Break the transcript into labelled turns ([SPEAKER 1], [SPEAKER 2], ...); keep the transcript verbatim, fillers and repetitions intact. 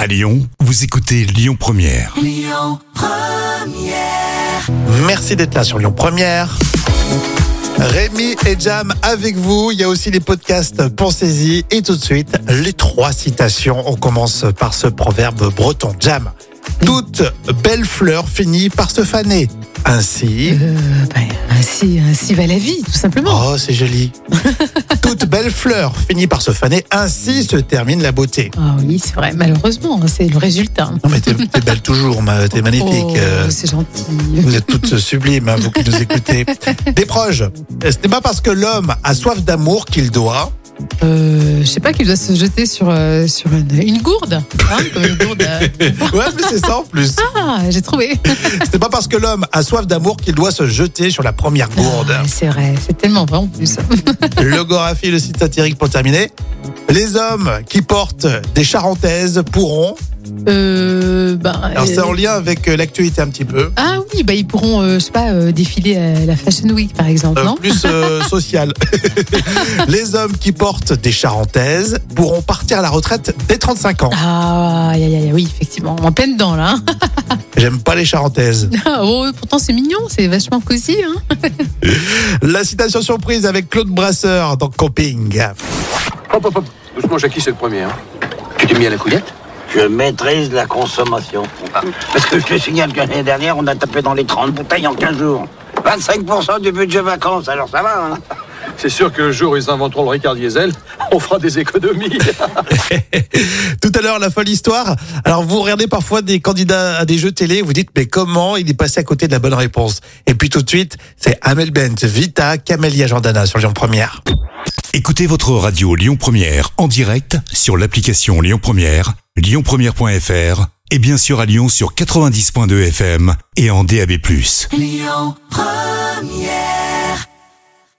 [SPEAKER 1] À Lyon, vous écoutez Lyon Première.
[SPEAKER 2] Lyon Première.
[SPEAKER 3] Merci d'être là sur Lyon Première. Rémi et Jam avec vous. Il y a aussi les podcasts Pensez-y. Et tout de suite, les trois citations. On commence par ce proverbe breton. Jam. Toute belle fleur finit par se faner. Ainsi.
[SPEAKER 4] Euh, ben, ainsi, ainsi va la vie, tout simplement.
[SPEAKER 3] Oh, c'est joli. Toute belle fleur finit par se faner. Ainsi se termine la beauté.
[SPEAKER 4] Ah oui, c'est vrai. Malheureusement, c'est le résultat.
[SPEAKER 3] Non, mais t'es, t'es belle toujours, ma- t'es magnifique.
[SPEAKER 4] Oh,
[SPEAKER 3] Euh,
[SPEAKER 4] c'est gentil.
[SPEAKER 3] Vous êtes toutes sublimes, hein, vous qui nous écoutez. Des proches. Ce n'est pas parce que l'homme a soif d'amour qu'il doit.
[SPEAKER 4] Euh, je sais pas qu'il doit se jeter sur, euh, sur une, une gourde. Hein, comme une gourde. euh.
[SPEAKER 3] Ouais, mais c'est ça en plus.
[SPEAKER 4] Ah, j'ai trouvé.
[SPEAKER 3] Ce n'est pas parce que l'homme a soif d'amour qu'il doit se jeter sur la première gourde.
[SPEAKER 4] Ah, c'est vrai, c'est tellement vrai en plus.
[SPEAKER 3] Logographie, le site satirique pour terminer. Les hommes qui portent des charentaises pourront.
[SPEAKER 4] Euh, ben,
[SPEAKER 3] Alors c'est
[SPEAKER 4] euh,
[SPEAKER 3] en lien avec euh, l'actualité un petit peu.
[SPEAKER 4] Ah oui, bah, ils pourront, euh, je sais pas, euh, défiler à la Fashion Week par exemple,
[SPEAKER 3] Euh,
[SPEAKER 4] non?
[SPEAKER 3] plus euh, social. Les hommes qui portent des charentaises pourront partir à la retraite dès trente-cinq ans.
[SPEAKER 4] Ah, aïe, aïe, aïe, oui, effectivement, en pleine dedans là. hein.
[SPEAKER 3] J'aime pas les charentaises.
[SPEAKER 4] Ah, oh, pourtant c'est mignon, c'est vachement cosy. Hein.
[SPEAKER 3] La citation surprise avec Claude Brasseur dans Camping.
[SPEAKER 5] Hop, hop, hop. Doucement, Jackie, c'est le premier. Hein. Tu t'es mis à la couillette?
[SPEAKER 6] Je maîtrise la consommation. Parce que je te signale que l'année dernière, on a tapé dans les trente bouteilles en quinze jours. vingt-cinq pour cent du budget vacances, alors ça va, hein?
[SPEAKER 5] C'est sûr que le jour où ils inventeront le Ricard Diesel, on fera des économies.
[SPEAKER 3] Tout à l'heure, la folle histoire. Alors, vous regardez parfois des candidats à des jeux télé, vous dites, mais comment il est passé à côté de la bonne réponse? Et puis tout de suite, c'est Amel Bent, Vita, Camélia Jordana sur Lyon Première.
[SPEAKER 1] Écoutez votre radio Lyon Première en direct sur l'application Lyon Première, lyon première point f r et bien sûr à Lyon sur quatre-vingt-dix point deux F M et en D A B plus.
[SPEAKER 2] Lyon Première.